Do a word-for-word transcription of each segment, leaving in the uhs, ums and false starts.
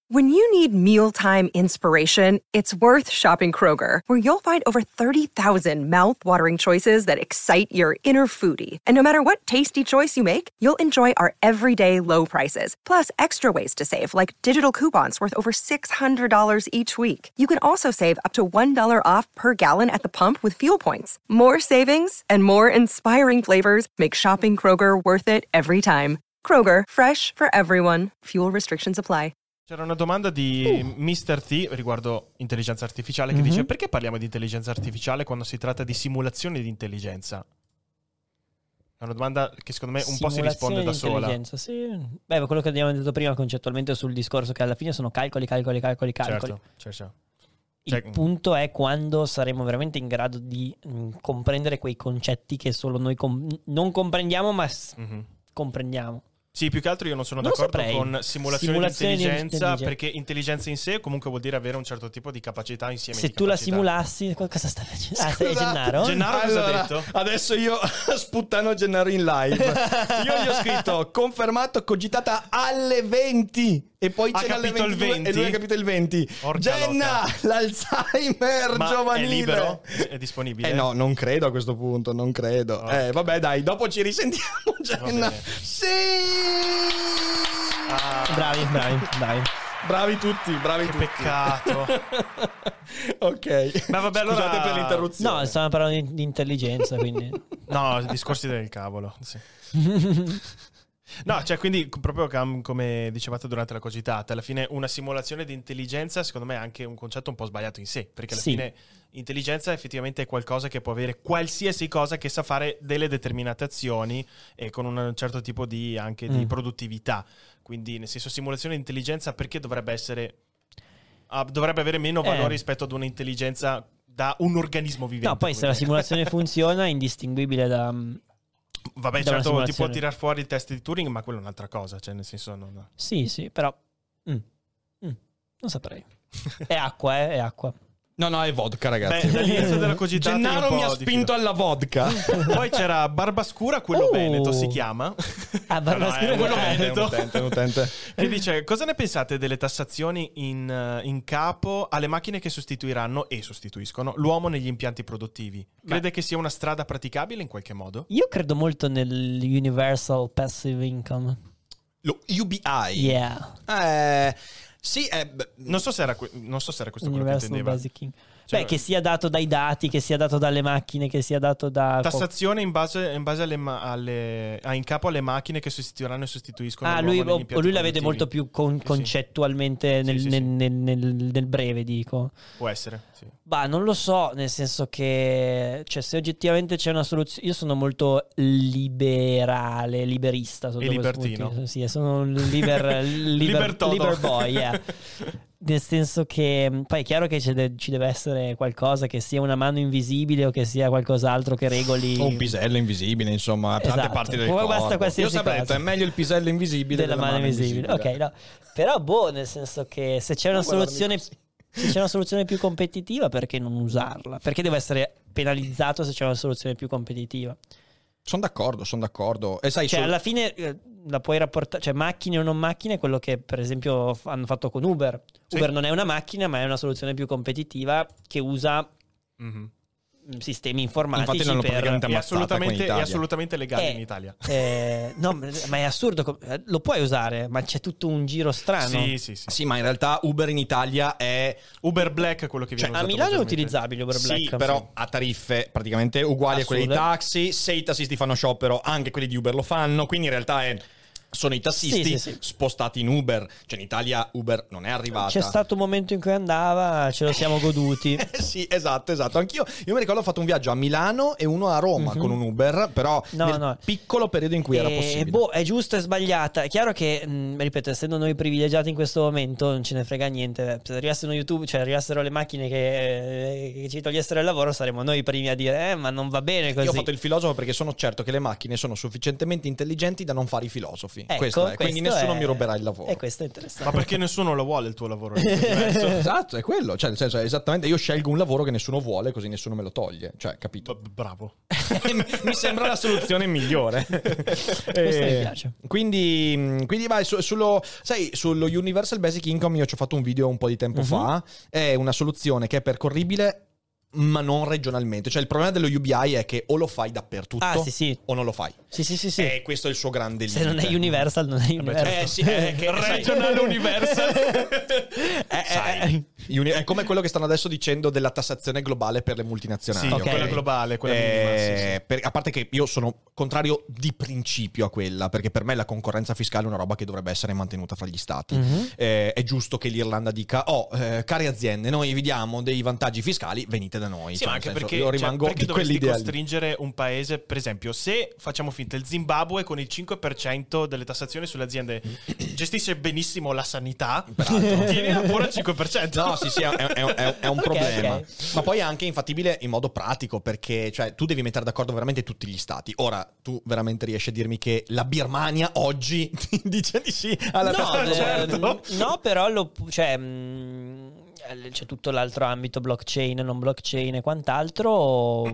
When you need mealtime inspiration, it's worth shopping Kroger, where you'll find over thirty thousand mouth-watering choices that excite your inner foodie. And no matter what tasty choice you make, you'll enjoy our everyday low prices, plus extra ways to save, like digital coupons worth over six hundred dollars each week. You can also save up to one dollar off per gallon at the pump with fuel points. More savings and more inspiring flavors make shopping Kroger worth it every time. Kroger, fresh for everyone. Fuel restrictions apply. C'era una domanda di uh. mister T riguardo intelligenza artificiale che mm-hmm. dice: perché parliamo di intelligenza artificiale quando si tratta di simulazioni di intelligenza? È una domanda che secondo me un po' si risponde da sola. Sì. Beh, quello che abbiamo detto prima concettualmente sul discorso che alla fine sono calcoli, calcoli, calcoli, calcoli. Certo, certo. Il Cioè, punto è quando saremo veramente in grado di mh, comprendere quei concetti che solo noi com- non comprendiamo, ma s- mm-hmm. comprendiamo. Sì, più che altro io non sono non d'accordo saprei. con simulazioni, simulazioni di, intelligenza, di intelligenza, perché intelligenza in sé comunque vuol dire avere un certo tipo di capacità insieme. Se di tu capacità. la simulassi, cosa stai facendo? Ah, sei Scusate, Gennaro? Gennaro cosa allora, ha detto? Adesso io sputtano Gennaro in live. Io gli ho scritto confermato, cogitata alle venti. E poi Ha c'è alle capito il ventidue venti? E lui ha capito il venti. Orca Genna, loca. l'Alzheimer Ma giovanile. è libero? È disponibile? Eh no, non credo a questo punto, non credo. Okay. Eh vabbè dai, dopo ci risentiamo, Genna. Sì! Ah, Bravi, bravi, bravi. Bravi tutti, bravi che tutti. peccato. Ok. Ma vabbè, allora... Scusate per l'interruzione. No, stavamo parlando di, di intelligenza, quindi... No, discorsi del cavolo, sì. No, cioè quindi proprio cam- come dicevate durante la cogitata, alla fine una simulazione di intelligenza secondo me è anche un concetto un po' sbagliato in sé, perché alla sì. fine intelligenza effettivamente è qualcosa che può avere qualsiasi cosa che sa fare delle determinate azioni e con un certo tipo di anche di mm. produttività. Quindi nel senso simulazione di intelligenza perché dovrebbe essere uh, dovrebbe avere meno valore eh. rispetto ad un'intelligenza da un organismo vivente. No, poi se la simulazione funziona è indistinguibile da... Vabbè, da certo, ti può tirar fuori il test di Turing, ma quello è un'altra cosa, cioè nel senso non... Sì, sì, però mm. Mm. non saprei. È acqua, eh, è acqua. No, no, è vodka, ragazzi. Beh, dall'inizio della cogitata Gennaro mi ha spinto alla vodka. Poi c'era Barbascura, quello Oh. veneto si chiama. Ah, Barbascura no, no, quello è veneto. un utente, un utente. Che dice: cosa ne pensate delle tassazioni in, in capo alle macchine che sostituiranno e sostituiscono l'uomo negli impianti produttivi? Crede Beh. che sia una strada praticabile in qualche modo? Io credo molto nel Universal Passive Income. Lo U B I. Yeah. Eh... Sì, eh, Non so se era, que- non so se era questo Universal quello che intendeva. Basic Income. Cioè, Beh, che sia dato dai dati, che sia dato dalle macchine, che sia dato da... tassazione in base, in base alle, ma- alle ah, in capo alle macchine che sostituiranno e sostituiscono Ah, l'uomo lui, negli o, impianti lui la vede produttivi. molto più con- Sì, concettualmente sì. nel, Sì, sì, nel, sì. nel, nel, nel breve, dico. Può essere, sì. Bah, non lo so, nel senso che... Cioè, se oggettivamente c'è una soluzione... Io sono molto liberale, liberista. Sotto E questo libertino. punto. Sì, sono un liber... liber, Libertodo. liber boy, yeah. Nel senso che poi è chiaro che ci, de- ci deve essere qualcosa, che sia una mano invisibile o che sia qualcos'altro che regoli O un pisello invisibile, insomma, tante Esatto. parti del Poi corpo. basta qualsiasi Io saprei cosa. detto, è meglio il pisello invisibile della, mano invisibile. Ok, no. Però boh, nel senso che se c'è una Non guardarmi soluzione così. se c'è una soluzione più competitiva, perché non usarla? Perché deve essere penalizzato se c'è una soluzione più competitiva? Sono d'accordo, sono d'accordo. E sai, Cioè, so- alla fine eh, la puoi rapportare, cioè macchine o non macchine, è quello che per esempio f- hanno fatto con Uber. Sì. Uber non è una macchina, ma è una soluzione più competitiva che usa Mm-hmm. sistemi informatici Infatti l'hanno per... praticamente È ammazzata qua in assolutamente, è Italia. assolutamente legale Eh, in Italia. eh, no, ma è assurdo, com- eh, lo puoi usare, ma c'è tutto un giro strano. Sì, sì, sì. Sì, ma in realtà Uber in Italia è... Uber Black è quello che viene Cioè, a usato Milano è maggiormente. utilizzabile Uber Black. Sì, però a tariffe praticamente uguali a quelle dei Assurde. taxi. Se i tassisti fanno sciopero, anche quelli di Uber lo fanno. Quindi in realtà è... sono i tassisti Sì, sì, sì. spostati in Uber. Cioè in Italia Uber non è arrivata. C'è stato un momento in cui andava, ce lo siamo goduti. Eh sì, esatto, esatto. Anch'io, io mi ricordo ho fatto un viaggio a Milano e uno a Roma Mhm. con un Uber, però No, nel no. piccolo periodo in cui era E, possibile. boh, è giusta e sbagliata. È chiaro che, mh, ripeto, essendo noi privilegiati in questo momento, non ce ne frega niente. Se arrivassero YouTube, cioè arrivassero le macchine che, che ci togliessero il lavoro, saremmo noi i primi a dire, eh, ma non va bene così. Io ho fatto il filosofo perché sono certo che le macchine sono sufficientemente intelligenti da non fare i filosofi. Murphy. Ecco, questo è. Quindi questo nessuno è- mi ruberà il lavoro. E questo è interessante. Ma perché nessuno lo vuole il tuo lavoro? È diverso. Esatto, è quello. Cioè, nel senso, è esattamente, io scelgo un lavoro che nessuno vuole, così nessuno me lo toglie. Cioè, capito? B- Bravo. Mi sembra la soluzione migliore. Questo mi piace. Quindi, quindi vai su- sullo, sai, sullo Universal Basic Income io ci ho fatto un video un po' di tempo Mhm. fa. È una soluzione che è percorribile ma non regionalmente. Cioè il problema dello U B I è che o lo fai dappertutto Ah, sì, sì. o non lo fai. Sì, sì, sì, sì. E questo è il suo grande limite. Se non è Universal, non è Universal. Eh sì, è che Regional Universal. Eh, sai, uni- è come quello che stanno adesso dicendo della tassazione globale per le multinazionali. Sì, Ok. quella globale, quella Eh, minima, sì, sì. per- a parte che io sono contrario di principio a quella, perché per me la concorrenza fiscale è una roba che dovrebbe essere mantenuta fra gli stati. Mhm. Eh, è giusto che l'Irlanda dica: oh, eh, care aziende, noi vi diamo dei vantaggi fiscali, venite da noi. Sì, Cioè, ma nel anche senso, perché, io cioè, rimango perché di dovresti quell'idea lì. costringere un paese, per esempio, se facciamo finta il Zimbabwe con il cinque per cento delle tassazioni sulle aziende gestisce benissimo la sanità, tieni pure il cinque per cento. No, sì, sì, è, è- è- è un Ok, problema. ok. Ma poi è anche infattibile in modo pratico, perché cioè, tu devi mettere d'accordo veramente tutti gli stati. Ora, tu veramente riesci a dirmi che la Birmania oggi ti dice di sì alla No, tassazione? certo. ehm, no, però lo, cioè, mh, c'è tutto l'altro ambito blockchain, non blockchain e quant'altro.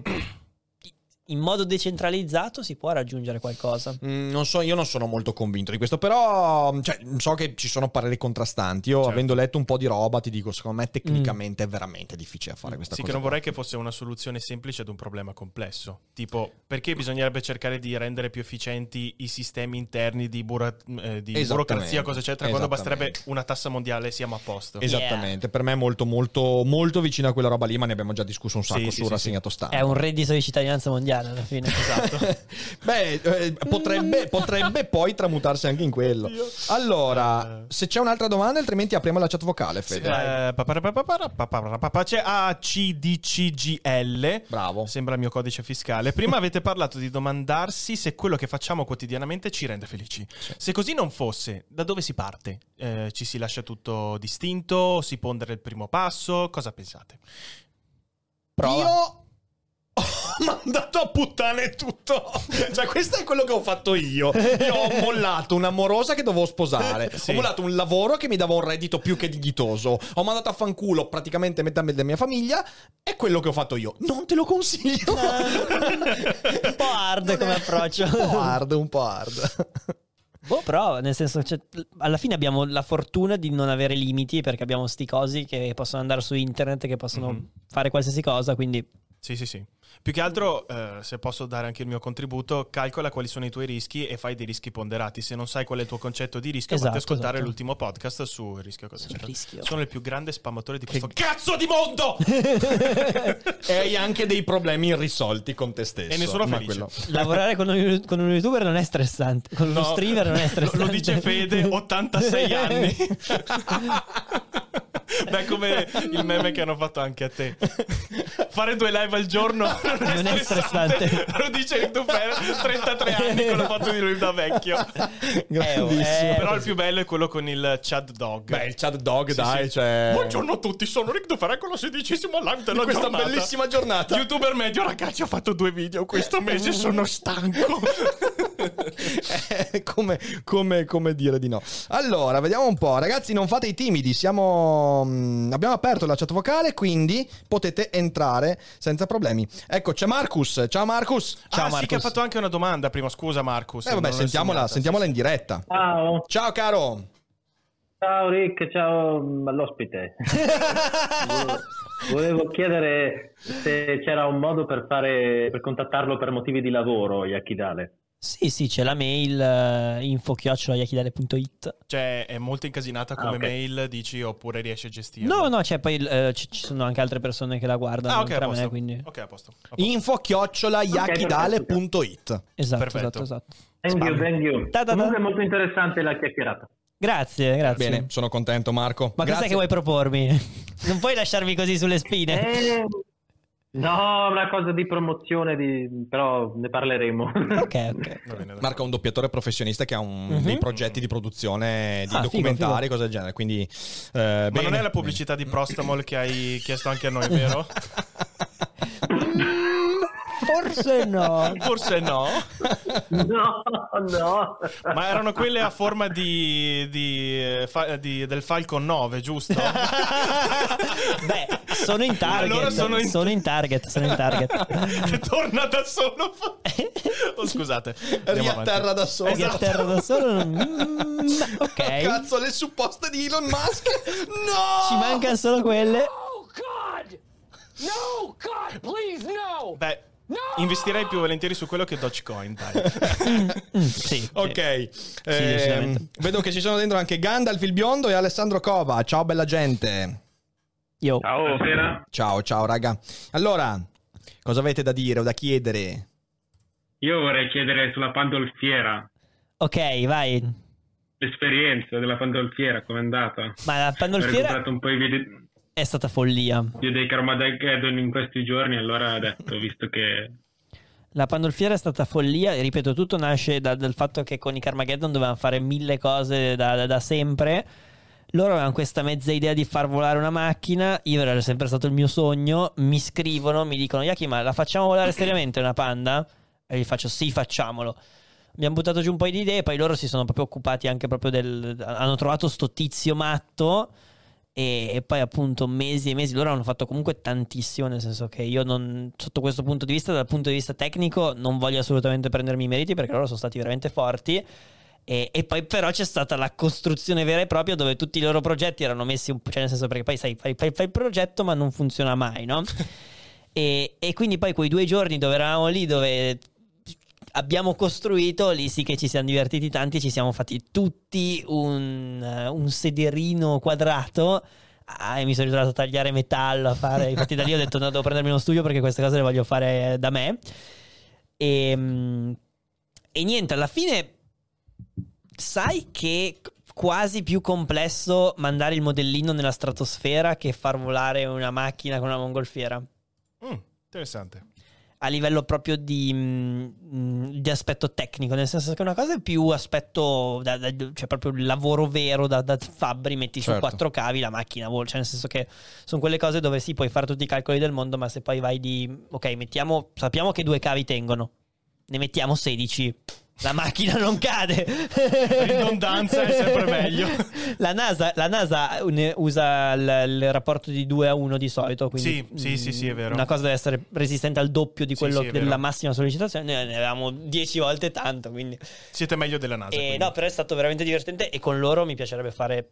In modo decentralizzato si può raggiungere qualcosa. Mm, non so, io non sono molto convinto di questo, però cioè, so che ci sono pareri contrastanti. Io, Certo. avendo letto un po' di roba, ti dico, secondo me tecnicamente è veramente difficile fare questa Sì, cosa. che non qua. vorrei che fosse una soluzione semplice ad un problema complesso. Tipo, perché bisognerebbe cercare di rendere più efficienti i sistemi interni di, bura- eh, di Esattamente. burocrazia, cosa eccetera, quando Esattamente. basterebbe una tassa mondiale e siamo a posto. Esattamente, per me è molto molto molto vicino a quella roba lì, ma ne abbiamo già discusso un sacco Sì, su sì, sì, rassegnato stampa. È un reddito di cittadinanza mondiale alla fine. Esatto. Beh, eh, potrebbe, potrebbe poi tramutarsi anche in quello. Allora, Eh. se c'è un'altra domanda, altrimenti apriamo la chat vocale, Sì, Fede. eh, paparapapara, paparapapa, c'è A C D C G L. Bravo. Sembra il mio codice fiscale. Prima avete parlato di domandarsi se quello che facciamo quotidianamente ci rende felici. Se così non fosse, da dove si parte? Eh, ci si lascia tutto distinto? Si pondera il primo passo? Cosa pensate? Prova. Io ho mandato a puttane tutto. Cioè, questo è quello che ho fatto io. Io ho mollato un'amorosa che dovevo sposare. Sì. Ho mollato un lavoro che mi dava un reddito più che dignitoso. Ho mandato a fanculo praticamente metà della mia famiglia. È quello che ho fatto io. Non te lo consiglio. Un po' hard come approccio. Un po' hard, un po' hard. Boh, però, nel senso, cioè, alla fine abbiamo la fortuna di non avere limiti perché abbiamo sti cosi che possono andare su internet, che possono Mhm. fare qualsiasi cosa, quindi Sì, sì, sì. Più che altro, eh, se posso dare anche il mio contributo, calcola quali sono i tuoi rischi e fai dei rischi ponderati. Se non sai qual è il tuo concetto di rischio, Esatto, vatti a ascoltare esatto. l'ultimo podcast su rischio cosa Sul c'è. rischio. Sono il più grande spammatore di questo cazzo di mondo! E hai anche dei problemi irrisolti con te stesso. E ne sono Ma felice. quello- lavorare con un, con un youtuber non è stressante, con uno No, streamer non è lo- stressante. Lo dice Fede, ottantasei anni. Beh, come il meme che hanno fatto anche a te. Fare due live al giorno non è, Non è stressante. stressante. Lo dice il youtuber, trentatré anni con la foto di lui da vecchio. Grandissimo. eh, Però il più bello è quello con il Chad Dog. Beh, il chat dog, Sì, dai, sì. cioè... Buongiorno a tutti, sono Rick Duferè con la sedicesima live della Questa giornata. bellissima giornata. YouTuber medio, ragazzi, ho fatto due video questo mese, sono stanco. Eh, come, come, come dire di no. Allora, vediamo un po'. Ragazzi, non fate i timidi. Siamo mh, abbiamo aperto la chat vocale, quindi potete entrare senza problemi. Ecco, c'è Marcus. Ciao Marcus. Ciao, ah, sì, Marcus. che ha fatto anche una domanda prima. Scusa, Marcus. Eh vabbè, non l'ho sentiamola, segnata, sentiamola sì, in sì. diretta. Ciao, Ciao caro. ciao Rick, ciao mm, all'ospite. Volevo chiedere se c'era un modo per fare per contattarlo per motivi di lavoro, Yakidale. Sì, sì, c'è la mail uh, info chiocciola yakidale punto it. Cioè, è molto incasinata come Ah, ok. mail, dici, oppure riesci a gestirla? No, no, c'è poi eh, ci ci sono anche altre persone che la guardano Ah, ok, a tra posto. me, quindi Ok, a posto. A posto. Info chiocciola yakidale punto it. esatto, Perfetto. esatto, esatto. Thank you, thank you. Ta ta ta. Comunque è molto interessante la chiacchierata. Grazie, grazie. Bene, sono contento Marco. Ma Grazie. cos'è che vuoi propormi? Non puoi lasciarmi così sulle spine. Eh, no, una cosa di promozione, di... però ne parleremo. Ok, ok. Va bene, d'accordo. Marco è un doppiatore professionista che ha un- Mhm. dei progetti di produzione di Ah, figo, documentari, figo. cose del genere. Quindi, eh, Ma bene, non è la pubblicità di Prostamol che hai chiesto anche a noi, vero? Forse no. Forse no. No, no. Ma erano quelle a forma di, di, eh, fa- di- del Falcon nove, giusto? Beh, sono in target. Allora sono in- sono in target. Sono in target. Che torna da solo. Oh, scusate. Andiamo Riatterra avanti. da solo. Perché a terra da solo. Mm, ok. Cazzo, le supposte di Elon Musk. No! Ci mancano solo quelle. Oh God! No, God, please, no! Beh, investirei più volentieri su quello che Dogecoin, dai. Mm, sì. Ok, Sì, Ehm, decisamente. vedo che ci sono dentro anche Gandalf il biondo e Alessandro Cova. Ciao bella gente. Io. Ciao. Buonasera. Ciao, ciao raga. Allora, cosa avete da dire o da chiedere? Io vorrei chiedere sulla pandolfiera, Ok, vai. l'esperienza della pandolfiera, com'è andata? Ma la Ho pandolfiera recuperato un po' i video, è stata follia. video dei Carmageddon in questi giorni, allora ho detto, visto che... La pandolfiera è stata follia, e ripeto, tutto nasce da- dal fatto che con i Carmageddon dovevano fare mille cose da, da- da sempre. Loro avevano questa mezza idea di far volare una macchina, io era sempre stato il mio sogno, mi scrivono, mi dicono Yaki, ma la facciamo volare seriamente una Panda? E gli faccio sì, facciamolo. Abbiamo buttato giù un po' di idee, poi loro si sono proprio occupati anche proprio del... hanno trovato sto tizio matto e, e poi appunto mesi e mesi, loro hanno fatto comunque tantissimo, nel senso che io non, sotto questo punto di vista, dal punto di vista tecnico, non voglio assolutamente prendermi i meriti perché loro sono stati veramente forti. E, e poi però c'è stata la costruzione vera e propria dove tutti i loro progetti erano messi un po', cioè nel senso, perché poi sai, fai, fai, fai il progetto ma non funziona mai, no? e, e quindi poi quei due giorni dove eravamo lì, dove abbiamo costruito, lì sì che ci siamo divertiti tanti, ci siamo fatti tutti un, un sederino quadrato. Ah, e mi sono ritrovato a tagliare metallo, a fare. Infatti da lì ho detto no, devo prendermi uno studio perché queste cose le voglio fare da me. E, e niente, alla fine sai che è quasi più complesso mandare il modellino nella stratosfera che far volare una macchina con una mongolfiera. Mm, interessante. A livello proprio di, mh, di aspetto tecnico, nel senso che una cosa è più aspetto, da, da, cioè proprio il lavoro vero da, da fabbri, metti Certo. su quattro cavi, la macchina vola, cioè nel senso che sono quelle cose dove sì, puoi fare tutti i calcoli del mondo, ma se poi vai di, ok, mettiamo, sappiamo che due cavi tengono, ne mettiamo sedici. La macchina non cade. Ridondanza è sempre meglio. La NASA, la NASA ne- usa il, il rapporto di due a uno di solito. Quindi, Sì, sì, sì, sì, è vero. Una cosa deve essere resistente al doppio di Sì, quello sì, è vero. della massima sollecitazione. Noi ne avevamo dieci volte tanto. Quindi. Siete meglio della NASA. E, quindi. no, però è stato veramente divertente. E con loro mi piacerebbe fare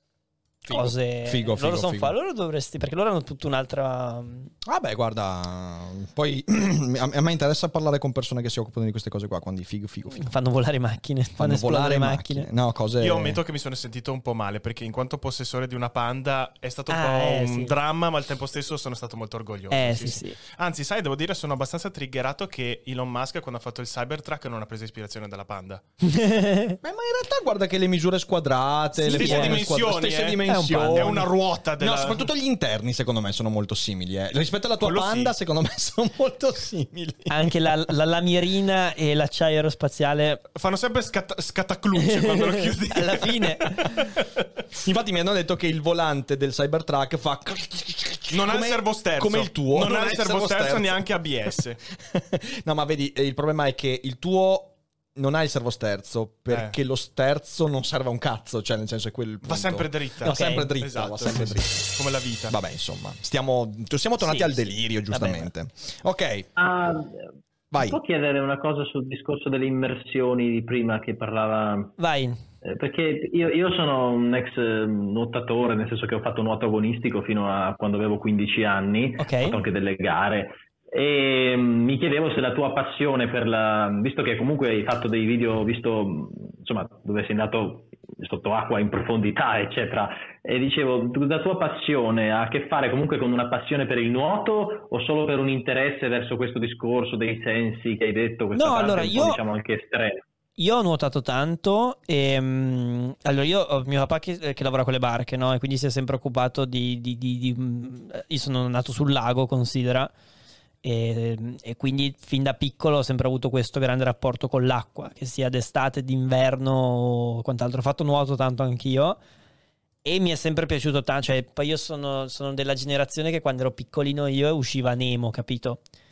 Figo. cose. Figo, loro figo, sono figo. fa- loro dovresti. Perché loro hanno tutta un'altra. Vabbè, guarda, poi a a me interessa parlare con persone che si occupano di queste cose qua, quindi figo, figo, figo. Fanno volare macchine. Fanno, Fanno esplodere volare macchine. macchine. No, cose... Io ammetto che mi sono sentito un po' male perché in quanto possessore di una Panda è stato un Ah, po' eh, un sì. dramma, ma al tempo stesso sono stato molto orgoglioso. Eh, sì, sì. Anzi, sai, devo dire, sono abbastanza triggerato che Elon Musk, quando ha fatto il Cybertruck, non ha preso ispirazione dalla Panda. Beh, ma in realtà guarda che le misure squadrate, Sì, le Stesse forme dimensioni, squadrate, stesse eh. dimensioni. È una ruota della... No, soprattutto gli interni secondo me sono molto simili. Eh. Rispetto alla tua Quello Panda, sì. secondo me sono molto simili. Anche la, la lamierina e l'acciaio aerospaziale. Fanno sempre scatta- scattaclucce quando lo chiudi. Alla fine. Infatti mi hanno detto che il volante del Cybertruck fa... Non ha il come- servosterzo. Come il tuo. Non, ha il servosterzo servosterzo neanche A B S. No, ma vedi, eh, il problema è che il tuo non ha il servosterzo perché lo sterzo non serve a un cazzo, cioè nel senso è quello il punto. Va sempre dritta. Va Ok. sempre dritta, Esatto, va sempre sì, dritta. sì. Come la vita. Vabbè, insomma, stiamo, siamo tornati Sì, al sì. delirio, giustamente. Ok, Ah, vai. Posso chiedere una cosa sul discorso delle immersioni di prima che parlava? Vai. Eh, Perché io, io sono un ex eh, nuotatore, nel senso che ho fatto nuoto agonistico fino a quando avevo quindici anni, Ok. ho fatto anche delle gare e mm, mi chiedevo se la tua passione per la, visto che comunque hai fatto dei video, ho visto mm, insomma dove sei andato sotto acqua in profondità eccetera, e dicevo la tua passione ha a che fare comunque con una passione per il nuoto o solo per un interesse verso questo discorso dei sensi che hai detto, questa No, parte allora, un po', io- diciamo anche estrema? Io ho nuotato tanto e mm, allora io ho mio papà che, che lavora con le barche, no? E quindi si è sempre occupato di, di- di- di- mm, io sono nato sul lago, considera, e, e quindi fin da piccolo ho sempre avuto questo grande rapporto con l'acqua, che sia d'estate, d'inverno o quant'altro. Ho fatto nuoto tanto anch'io e mi è sempre piaciuto tanto, cioè poi io sono, sono della generazione che quando ero piccolino io usciva Nemo, capito?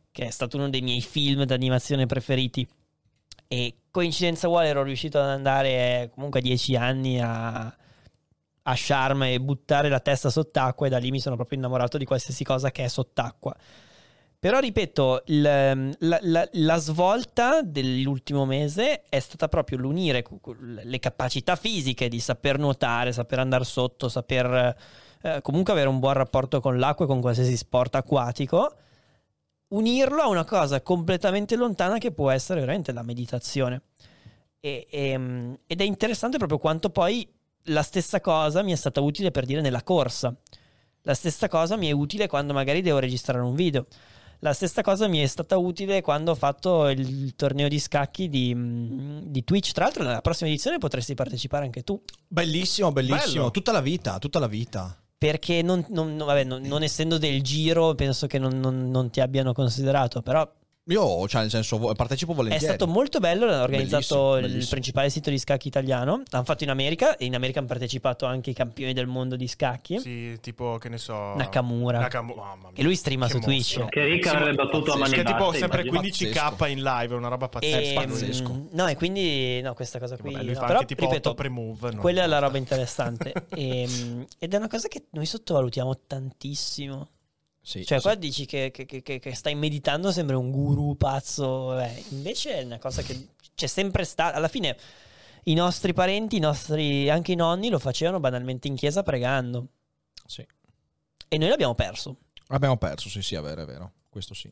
che è stato uno dei miei film d'animazione preferiti. E coincidenza vuole, ero riuscito ad andare comunque a dieci anni a, a Sharm e buttare la testa sott'acqua, e da lì mi sono proprio innamorato di qualsiasi cosa che è sott'acqua. Però ripeto, il, la, la, la svolta dell'ultimo mese è stata proprio l'unire le capacità fisiche di saper nuotare, saper andare sotto, saper eh, comunque avere un buon rapporto con l'acqua e con qualsiasi sport acquatico, unirlo a una cosa completamente lontana che può essere veramente la meditazione. E, e, ed è interessante proprio quanto poi la stessa cosa mi è stata utile, per dire, nella corsa. La stessa cosa mi è utile quando magari devo registrare un video. La stessa cosa mi è stata utile quando ho fatto il torneo di scacchi di, di Twitch. Tra l'altro nella prossima edizione potresti partecipare anche tu. Bellissimo, bellissimo. Bello. Tutta la vita, tutta la vita. Perché non, non, non- vabbè, non, non essendo del giro, penso che non, non- non ti abbiano considerato, però Io, cioè, nel senso, vo- partecipo è volentieri. stato molto bello. Hanno organizzato Bellissimo, il bellissimo. principale sito di scacchi italiano. L'hanno fatto in America, e in America hanno partecipato anche i campioni del mondo di scacchi. Sì, tipo, che ne so... Nakamura. Nakamura, mamma mia. Che lui streama Che su Twitch. mostro. Che Rick avrebbe battuto a mani Che tipo basse, sempre immagino. quindici k in live, è una roba E, pazzesca. pazzesco. no, e quindi no, questa cosa Che qui vabbè, lui no. fa Però, anche tipo ripeto, otto pre-move, non- quella è la roba interessante. E, mm, ed è una cosa che noi sottovalutiamo tantissimo. Sì, Cioè, sì. qua dici che, che- che- che stai meditando, sembra un guru pazzo. eh, invece è una cosa che c'è sempre stata. Alla fine, i nostri parenti, i nostri, anche i nonni lo facevano banalmente in chiesa pregando. Sì. E noi l'abbiamo perso. Abbiamo perso, sì, sì, è vero, è vero. Questo sì.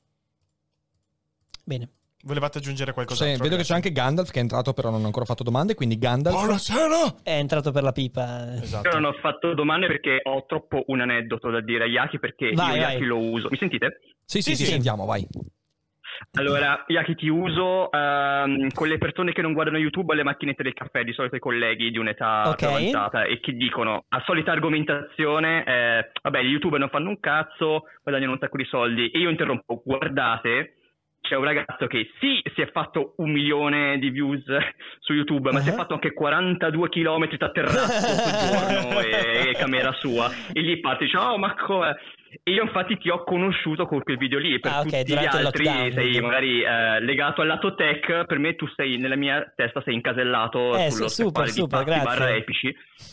Bene. Volevate aggiungere Sì, qualcos'altro? vedo che c'è anche Gandalf che è entrato, però non ha ancora fatto domande, quindi Gandalf... Buonasera! È entrato per la pipa. Esatto. Io non ho fatto domande perché ho troppo un aneddoto da dire a Yaki, perché Vai, io vai. Yaki lo uso. Mi sentite? Sì, sì, Sì, ti sì. sentiamo, vai. Allora, Yaki, ti uso ehm, con le persone che non guardano YouTube alle macchinette del caffè, di solito i colleghi di un'età Ok. più avanzata, e che dicono, a solita argomentazione, eh, vabbè, gli YouTuber non fanno un cazzo, guadagnano un sacco di soldi. E io interrompo, guardate, c'è un ragazzo che sì, si è fatto un milione di views su YouTube, ma si è fatto anche quarantadue chilometri da terrazzo soggiorno e, e camera sua. E lì parte e dice, oh, ma come... E io infatti ti ho conosciuto con quel video lì, e per Ah, ok, tutti gli durante il altri lockdown, sei quindi. magari eh, legato al lato tech, per me tu sei, nella mia testa sei incasellato Eh, sullo su- super, scaffale di super, patti grazie. barra epici.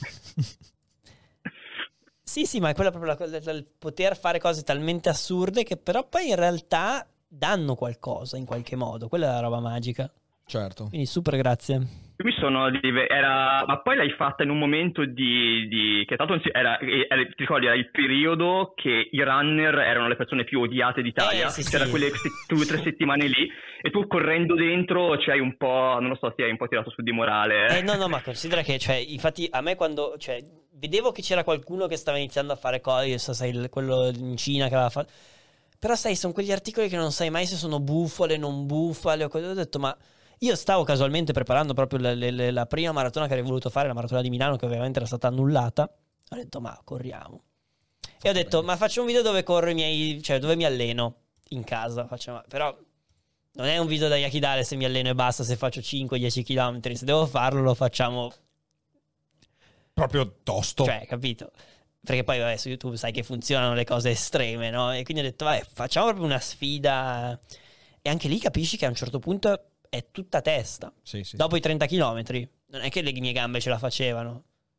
Sì, sì, ma è quella proprio la cosa del poter fare cose talmente assurde che però poi in realtà danno qualcosa in qualche modo. Quella è la roba magica. Certo. Quindi super grazie. Io mi sono dive- era ma poi l'hai fatta in un momento di, di che tanto era, era ti ricordi, era il periodo che i runner erano le persone più odiate d'Italia, Eh, sì, c'era sì. quelle se- due o tre settimane lì, e tu correndo dentro ci hai un po', non lo so, ti hai un po' tirato su di morale. Eh no, no, ma considera che, cioè, infatti a me quando, cioè, vedevo che c'era qualcuno che stava iniziando a fare cose, so, sai, il- quello in Cina che aveva fatto. Però sai, sono quegli articoli che non sai mai se sono bufale, non bufale o cose. Ho detto, ma io stavo casualmente preparando proprio le- le- le- la prima maratona che avrei voluto fare, la maratona di Milano, che ovviamente era stata annullata. Ho detto, ma corriamo. E ho detto, ma faccio un video dove corro i miei, cioè dove mi alleno in casa. Faccio, però non è un video da Yakidale se mi alleno e basta, se faccio cinque dieci chilometri. Se devo farlo, lo facciamo, Proprio tosto. cioè, capito? Perché poi, vabbè, su YouTube sai che funzionano le cose estreme, no? E quindi ho detto, vabbè, facciamo proprio una sfida. E anche lì capisci che a un certo punto è tutta testa. Sì, sì. Dopo i trenta chilometri, non è che le mie gambe ce la facevano.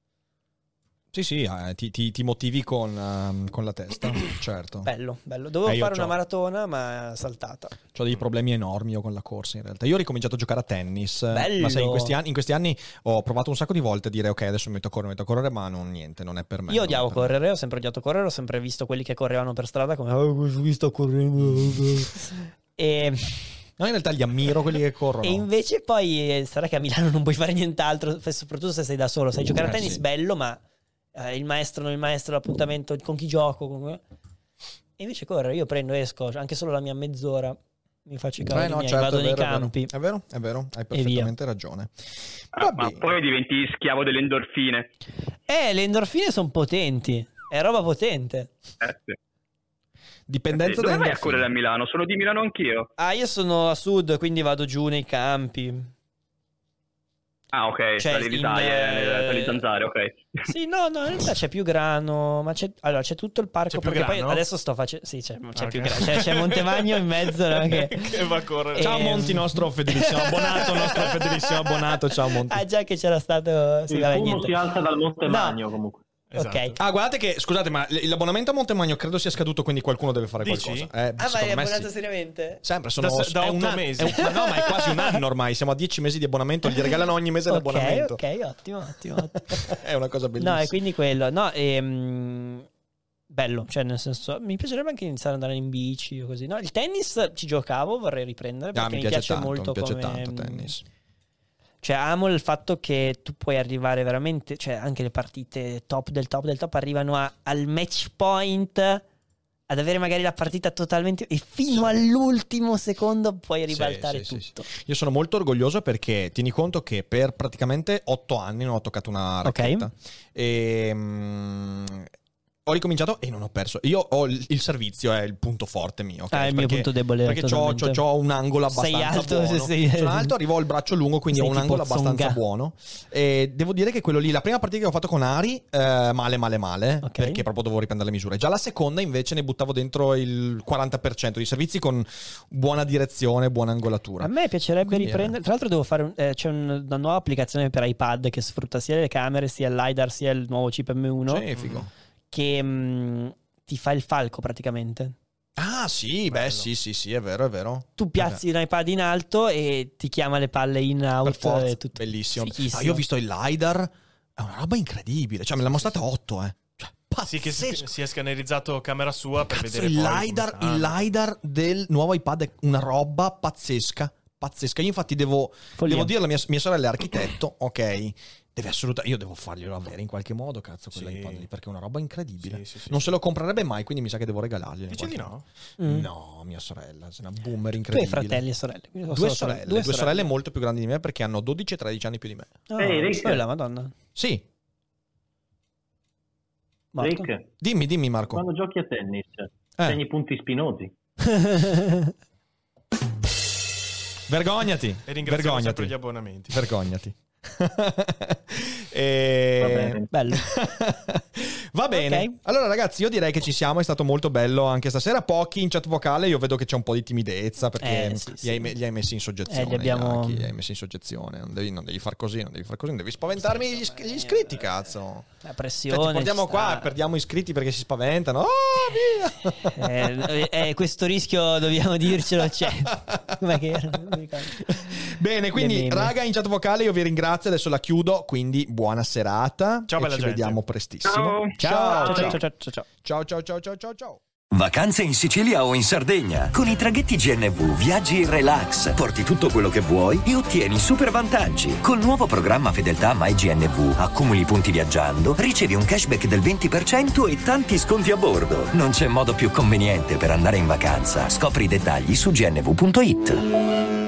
Sì, sì, eh, ti, ti- ti motivi con, ehm, con la testa, certo. Bello, bello. Dovevo Eh, io fare una c'ho- maratona, ma saltata. Ho dei problemi enormi io con la corsa in realtà. Io ho ricominciato a giocare a tennis. eh, Bello! Ma sai, in questi, anni, in questi anni ho provato un sacco di volte a dire ok, adesso mi metto a correre, mi metto a correre, ma non niente, non è per me. Io non è odiavo per me. correre, ho sempre odiato correre, ho sempre visto quelli che correvano per strada come oh, qui sto correndo. E, No, in realtà li ammiro quelli che corrono. e invece poi eh, sarà che a Milano non puoi fare nient'altro, soprattutto se sei da solo. Sai giocare a Eh, tennis sì. bello, ma eh, il maestro, non il maestro, l'appuntamento, con chi gioco. Con... E invece correre, io prendo, esco, anche solo la mia mezz'ora, mi faccio i cavoli Eh, no, miei, certo, vado è nei vero, è vero. campi. È vero, è vero, hai via. perfettamente ragione. Ah, Va ma bene. poi diventi schiavo delle endorfine. Eh, le endorfine sono potenti, è roba potente. Eh, sì. Dipendenza Dove da vai a correre a Milano? Sono di Milano anch'io. Ah, io sono a sud, quindi vado giù nei campi. Ah, ok, Cioè, tra le in, ritaie, eh, tra le zanzare, ok. Sì, no, no, in realtà c'è più grano, ma c'è, allora, c'è tutto il parco, C'è più perché grano? poi adesso sto facendo, sì, c'è, c'è Ok. più grano, c'è, c'è Montemagno in mezzo, no, che... che va a correre. Ciao Ehm. Monti, nostro fedelissimo abbonato, nostro fedelissimo abbonato, ciao Monti. Ah, già che c'era stato, sì, Il vabbè, fumo niente. si alza dal Monte No. Magno comunque. Esatto. Ok. Ah, guardate che, scusate, ma l- l'abbonamento a Montemagno credo sia scaduto, quindi qualcuno deve fare Dici? qualcosa. Eh, Ah, ma secondo hai me abbonato sì. seriamente? Sempre, sono Da- da è un otto anno- mesi. è un- ma no, ma è quasi un anno ormai. Siamo a dieci mesi di abbonamento. Gli regalano ogni mese Ok, l'abbonamento. ok, ottimo, ottimo, ottimo. È una cosa bellissima. No, e quindi quello, no, ehm, bello, cioè nel senso, mi piacerebbe anche iniziare ad andare in bici o così, no? Il tennis ci giocavo, vorrei riprendere Ah, perché mi mi piace, piace tanto, molto mi piace come... tanto tennis. Cioè, amo il fatto che tu puoi arrivare veramente, cioè anche le partite top del top del top arrivano a- al match point, ad avere magari la partita totalmente, e fino all'ultimo secondo puoi ribaltare Sì, sì, tutto. sì, sì. Io sono molto orgoglioso perché tieni conto che per praticamente otto anni non ho toccato una racchetta. E, mm, ho ricominciato e non ho perso. Io ho il, il servizio, è il punto forte mio. ok? Ah, è il mio Perché- punto debole. Perché c'ho, c'ho- totalmente. c'ho un angolo Sei abbastanza alto, buono. sì, sì. Sono alto, arrivo al braccio lungo, quindi Sei ho un tipo angolo abbastanza Tsonga. buono. E devo dire che quello lì, la prima partita che ho fatto con Ari, eh, male, male, male, Ok. perché proprio dovevo riprendere le misure. Già la seconda invece ne buttavo dentro il quaranta per cento di servizi con buona direzione, buona angolatura. A me piacerebbe Quindi, riprendere. Tra l'altro, devo fare. un- eh, c'è un- una nuova applicazione per iPad che sfrutta sia le camere, sia il LiDAR, sia il nuovo chip M uno. Sì, figo. Che mh, ti fa il falco praticamente. Ah, sì, beh, Bello. sì, sì, sì, è vero, è vero. Tu piazzi un iPad in alto e ti chiama le palle in Per out. forza, E tutto. bellissimo. Fighissimo. Ah, io ho visto il LiDAR, è una roba incredibile. Cioè, me l'ha mostrata otto, eh. Cioè, Sì, che si, pazzesco. si è scannerizzato camera sua per Cazzo, vedere il poi LiDAR, come il stanno. LiDAR del nuovo iPad è una roba pazzesca. Pazzesca. Io infatti devo, Follia. devo dire alla mia, mia sorella è architetto, ok. Deve assolutamente. Io devo farglielo avere in qualche modo, cazzo, quell'iPad Sì. lì, perché è una roba incredibile. Sì, sì, sì, non sì. se lo comprerebbe mai, quindi mi sa che devo regalarglielo. in Dice di qualche no? modo. Mm. No, mia sorella, è una boomer Tu hai incredibile. fratelli e sorelle. quindi ho Due solo sorelle, due, sorelle molto più grandi di me perché hanno dodici e tredici anni più di me. Oh, Ehi, Rick. quella, madonna. Sì, Marco. Rick, dimmi, dimmi Marco. quando giochi a tennis, Eh. segni punti spinosi. Vergognati. E ringraziamo Vergognati. sempre gli abbonamenti. Vergognati. e... Va bene. Bello. Va bene. Ok. Allora ragazzi, io direi che ci siamo, è stato molto bello anche stasera. Pochi in chat vocale, io vedo che c'è un po' di timidezza perché Eh, sì, li, sì. Hai, me- li hai messi in soggezione. Eh, li abbiamo- Iaki, li hai messi in soggezione. Non devi, non devi far così, non devi far così, non devi spaventarmi gli, is- gli iscritti, cazzo. La Cioè, pressione. ti portiamo ci qua sta. e perdiamo iscritti perché si spaventano. Oh, via! Eh, eh, questo rischio dobbiamo dircelo c'è. Com'è che era? Non mi ricordo. Bene, quindi Le meme. raga, in chat vocale io vi ringrazio, adesso la chiudo, quindi buona serata. Ciao, e bella ci gente. vediamo prestissimo. Ciao. Ciao, ciao, ciao, ciao, ciao, ciao. Ciao ciao ciao ciao ciao ciao. Vacanze in Sicilia o in Sardegna. Con i traghetti G N V viaggi in relax, porti tutto quello che vuoi e ottieni super vantaggi. Col nuovo programma Fedeltà MyGNV accumuli punti viaggiando, ricevi un cashback del venti per cento e tanti sconti a bordo. Non c'è modo più conveniente per andare in vacanza. Scopri i dettagli su gnv punto it.